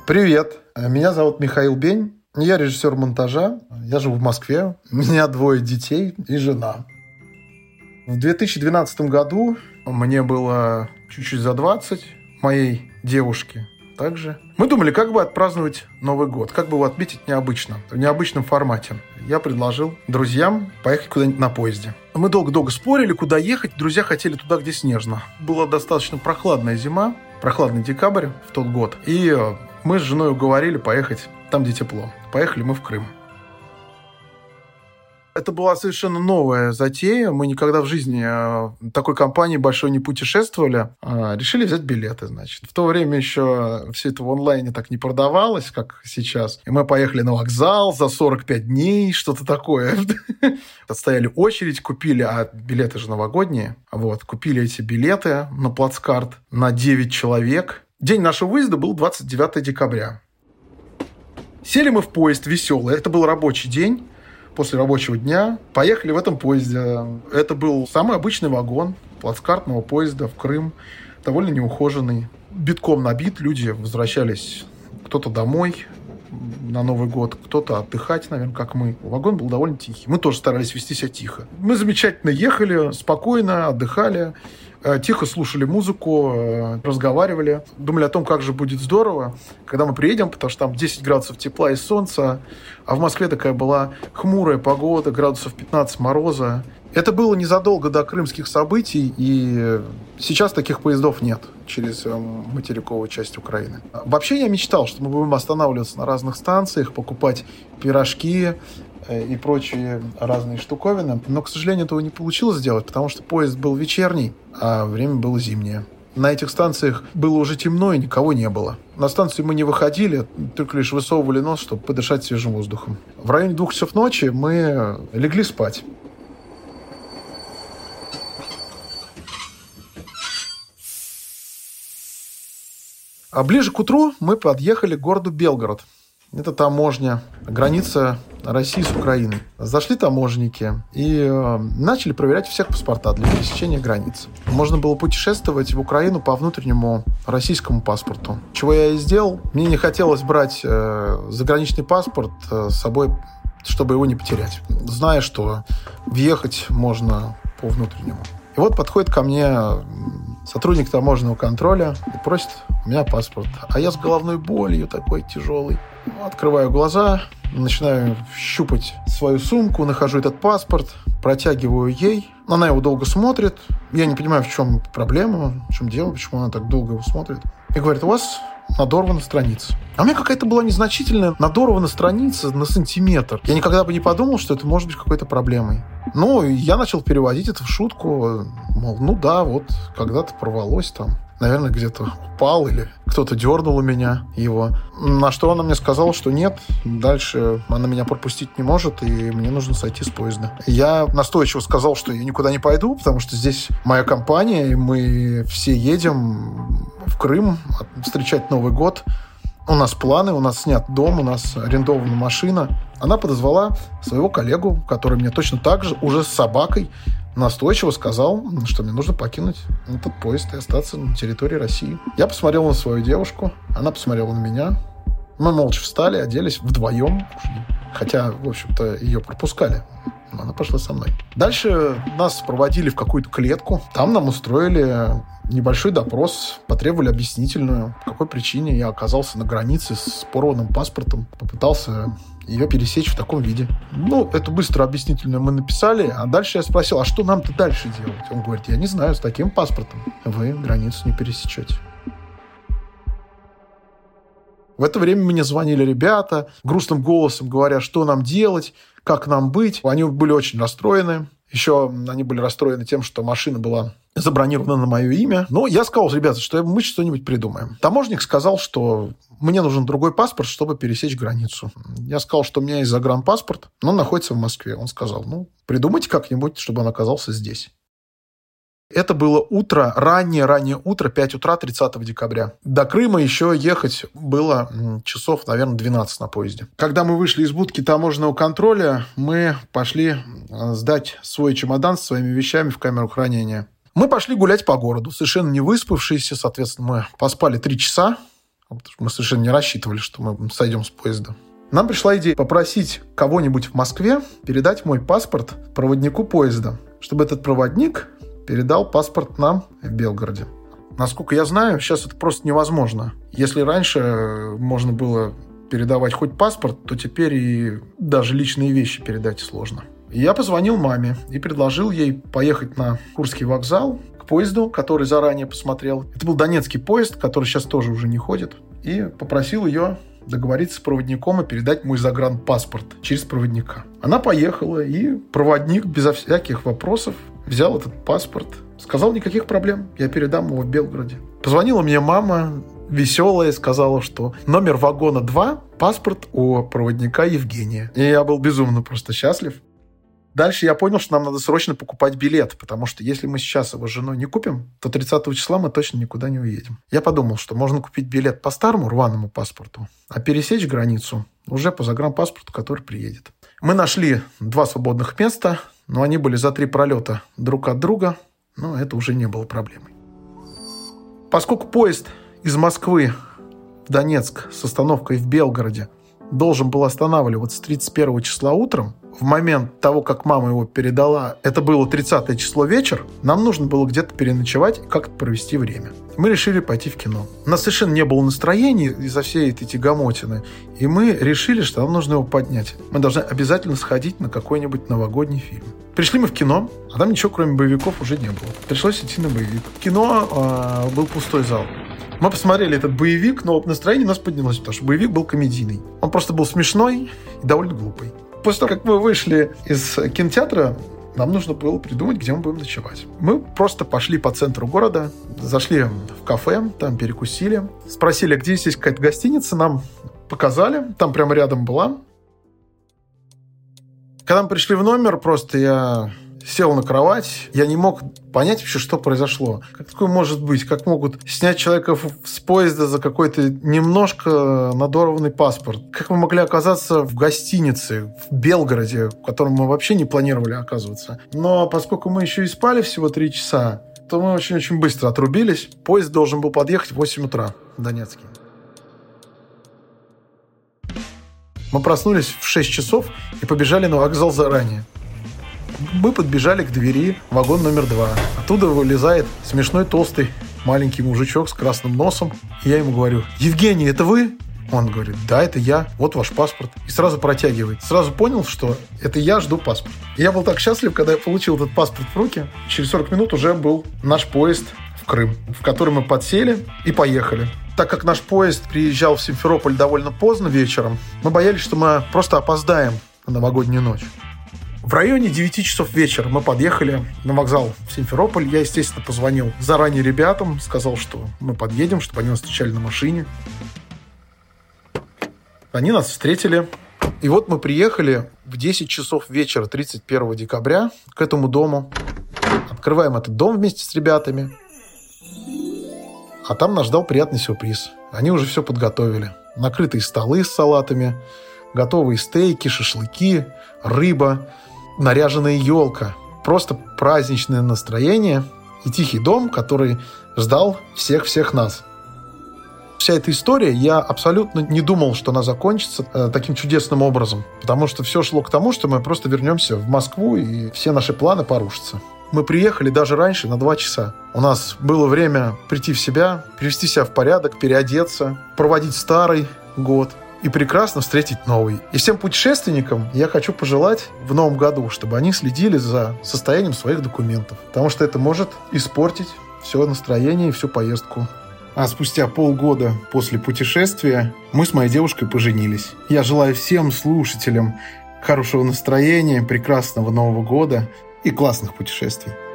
Привет, меня зовут Михаил Бень, я режиссер монтажа, я живу в Москве, у меня 2 детей и жена. В 2012 году мне было чуть-чуть за 20, моей девушке также. Мы думали, как бы отпраздновать Новый год, как бы его отметить необычно, в необычном формате. Я предложил друзьям поехать куда-нибудь на поезде. Мы долго-долго спорили, куда ехать. Друзья хотели туда, где снежно. Была достаточно прохладная зима, прохладный декабрь в тот год. И мы с женой уговорили поехать там, где тепло. Поехали мы в Крым. Это была совершенно новая затея. Мы никогда в жизни такой компанией большой не путешествовали. Решили взять билеты, значит. В то время еще все это в онлайне так не продавалось, как сейчас. И мы поехали на вокзал за 45 дней, что-то такое. Отстояли очередь, купили, а билеты же новогодние. Вот, купили эти билеты на плацкарт на 9 человек. День нашего выезда был 29 декабря. Сели мы в поезд веселый. Это был рабочий день. После рабочего дня поехали в этом поезде. Это был самый обычный вагон плацкартного поезда в Крым, довольно неухоженный, битком набит. Люди возвращались кто-то домой на Новый год, кто-то отдыхать, наверное, как мы. Вагон был довольно тихий. Мы тоже старались вести себя тихо. Мы замечательно ехали, спокойно отдыхали, тихо слушали музыку, разговаривали. Думали о том, как же будет здорово, когда мы приедем, потому что там 10 градусов тепла и солнца, а в Москве такая была хмурая погода, градусов 15 мороза. Это было незадолго до крымских событий, и сейчас таких поездов нет через материковую часть Украины. Вообще я мечтал, что мы будем останавливаться на разных станциях, покупать пирожки и прочие разные штуковины. Но, к сожалению, этого не получилось сделать, потому что поезд был вечерний, а время было зимнее. На этих станциях было уже темно, и никого не было. На станцию мы не выходили, только лишь высовывали нос, чтобы подышать свежим воздухом. В районе 2 часов ночи мы легли спать. А ближе к утру мы подъехали к городу Белгород. Это таможня, граница России с Украиной. Зашли таможенники и начали проверять всех паспорта для пересечения границы. Можно было путешествовать в Украину по внутреннему российскому паспорту. Чего я и сделал. Мне не хотелось брать заграничный паспорт с собой, чтобы его не потерять. Зная, что въехать можно по внутреннему. И вот подходит ко мне сотрудник таможенного контроля и просит у меня паспорт. А я с головной болью такой тяжелый. Открываю глаза, начинаю щупать свою сумку, нахожу этот паспорт, протягиваю ей. Она его долго смотрит. Я не понимаю, в чем проблема, в чем дело, почему она так долго его смотрит. И говорит, у вас надорвана страница. А у меня какая-то была незначительная надорвана страница на сантиметр. Я никогда бы не подумал, что это может быть какой-то проблемой. Ну, я начал переводить это в шутку. Мол, ну да, вот когда-то порвалось там. Наверное, где-то упал или кто-то дернул у меня его. На что она мне сказала, что нет, дальше она меня пропустить не может, и мне нужно сойти с поезда. Я настойчиво сказал, что я никуда не пойду, потому что здесь моя компания, и мы все едем в Крым встречать Новый год. У нас планы, у нас снят дом, у нас арендована машина. Она подозвала своего коллегу, который мне точно так же, уже с собакой, настойчиво сказал, что мне нужно покинуть этот поезд и остаться на территории России. Я посмотрел на свою девушку, она посмотрела на меня. Мы молча встали, оделись вдвоем, хотя, в общем-то, ее пропускали. Но она пошла со мной. Дальше нас проводили в какую-то клетку. Там нам устроили небольшой допрос, потребовали объяснительную, по какой причине я оказался на границе с порванным паспортом, попытался ее пересечь в таком виде. Ну, эту быстро объяснительную мы написали, а дальше я спросил, а что нам-то дальше делать? Он говорит, я не знаю, с таким паспортом вы границу не пересечете. В это время мне звонили ребята, грустным голосом говоря, что нам делать, как нам быть. Они были очень расстроены. Еще они были расстроены тем, что машина была забронирована на мое имя. Но я сказал, ребята, что мы что-нибудь придумаем. Таможник сказал, что мне нужен другой паспорт, чтобы пересечь границу. Я сказал, что у меня есть загранпаспорт, но он находится в Москве. Он сказал, придумайте как-нибудь, чтобы он оказался здесь. Это было утро, раннее утро, 5 утра 30 декабря. До Крыма еще ехать было часов, наверное, 12 на поезде. Когда мы вышли из будки таможенного контроля, мы пошли сдать свой чемодан с своими вещами в камеру хранения. Мы пошли гулять по городу, совершенно не выспавшиеся, соответственно, мы поспали 3 часа. Потому что мы совершенно не рассчитывали, что мы сойдем с поезда. Нам пришла идея попросить кого-нибудь в Москве передать мой паспорт проводнику поезда, чтобы этот проводник передал паспорт нам в Белгороде. Насколько я знаю, сейчас это просто невозможно. Если раньше можно было передавать хоть паспорт, то теперь и даже личные вещи передать сложно. Я позвонил маме и предложил ей поехать на Курский вокзал к поезду, который заранее посмотрел. Это был донецкий поезд, который сейчас тоже уже не ходит. И попросил ее договориться с проводником и передать мой загранпаспорт через проводника. Она поехала, и проводник безо всяких вопросов взял этот паспорт. Сказал, никаких проблем, я передам его в Белгороде. Позвонила мне мама, веселая, сказала, что номер вагона 2, паспорт у проводника Евгения. И я был безумно просто счастлив. Дальше я понял, что нам надо срочно покупать билет, потому что если мы сейчас его с женой не купим, то 30 числа мы точно никуда не уедем. Я подумал, что можно купить билет по старому рваному паспорту, а пересечь границу уже по загранпаспорту, который приедет. Мы нашли 2 свободных места, но они были за 3 пролета друг от друга, но это уже не было проблемой. Поскольку поезд из Москвы в Донецк с остановкой в Белгороде должен был останавливаться 31 числа утром, в момент того, как мама его передала, это было 30 число вечер, нам нужно было где-то переночевать и как-то провести время. Мы решили пойти в кино. У нас совершенно не было настроения из-за всей этой тягомотины, и мы решили, что нам нужно его поднять. Мы должны обязательно сходить на какой-нибудь новогодний фильм. Пришли мы в кино, а там ничего, кроме боевиков, уже не было. Пришлось идти на боевик. В кино был пустой зал. Мы посмотрели этот боевик, но настроение у нас поднялось, потому что боевик был комедийный. Он просто был смешной и довольно глупый. После того, как мы вышли из кинотеатра, нам нужно было придумать, где мы будем ночевать. Мы просто пошли по центру города, зашли в кафе, там перекусили, спросили, где здесь какая-то гостиница, нам показали, там прямо рядом была. Когда мы пришли в номер, просто я сел на кровать, я не мог понять вообще, что произошло. Как такое может быть? Как могут снять человека с поезда за какой-то немножко надорванный паспорт? Как мы могли оказаться в гостинице в Белгороде, в котором мы вообще не планировали оказываться? Но поскольку мы еще и спали всего 3 часа, то мы очень-очень быстро отрубились. Поезд должен был подъехать в 8 утра в Донецке. Мы проснулись в 6 часов и побежали на вокзал заранее. Мы подбежали к двери, вагон номер 2. Оттуда вылезает смешной толстый маленький мужичок с красным носом. И я ему говорю: «Евгений, это вы?» Он говорит: «Да, это я, вот ваш паспорт». И сразу протягивает. Сразу понял, что это я жду паспорт. И я был так счастлив, когда я получил этот паспорт в руки. Через 40 минут уже был наш поезд в Крым, в который мы подсели и поехали. Так как наш поезд приезжал в Симферополь довольно поздно вечером, мы боялись, что мы просто опоздаем на новогоднюю ночь. В районе 9 часов вечера мы подъехали на вокзал в Симферополь. Я, естественно, позвонил заранее ребятам, сказал, что мы подъедем, чтобы они нас встречали на машине. Они нас встретили. И вот мы приехали в 10 часов вечера 31 декабря к этому дому. Открываем этот дом вместе с ребятами. А там нас ждал приятный сюрприз. Они уже все подготовили. Накрытые столы с салатами, готовые стейки, шашлыки, рыба, наряженная елка. Просто праздничное настроение и тихий дом, который ждал всех нас. Вся эта история, я абсолютно не думал, что она закончится таким чудесным образом, потому что все шло к тому, что мы просто вернемся в Москву, и все наши планы порушатся. Мы приехали даже раньше, на 2 часа. У нас было время прийти в себя, привести себя в порядок, переодеться, проводить старый год и прекрасно встретить новый. И всем путешественникам я хочу пожелать в новом году, чтобы они следили за состоянием своих документов, потому что это может испортить все настроение и всю поездку. А спустя полгода после путешествия мы с моей девушкой поженились. Я желаю всем слушателям хорошего настроения, прекрасного Нового года и классных путешествий.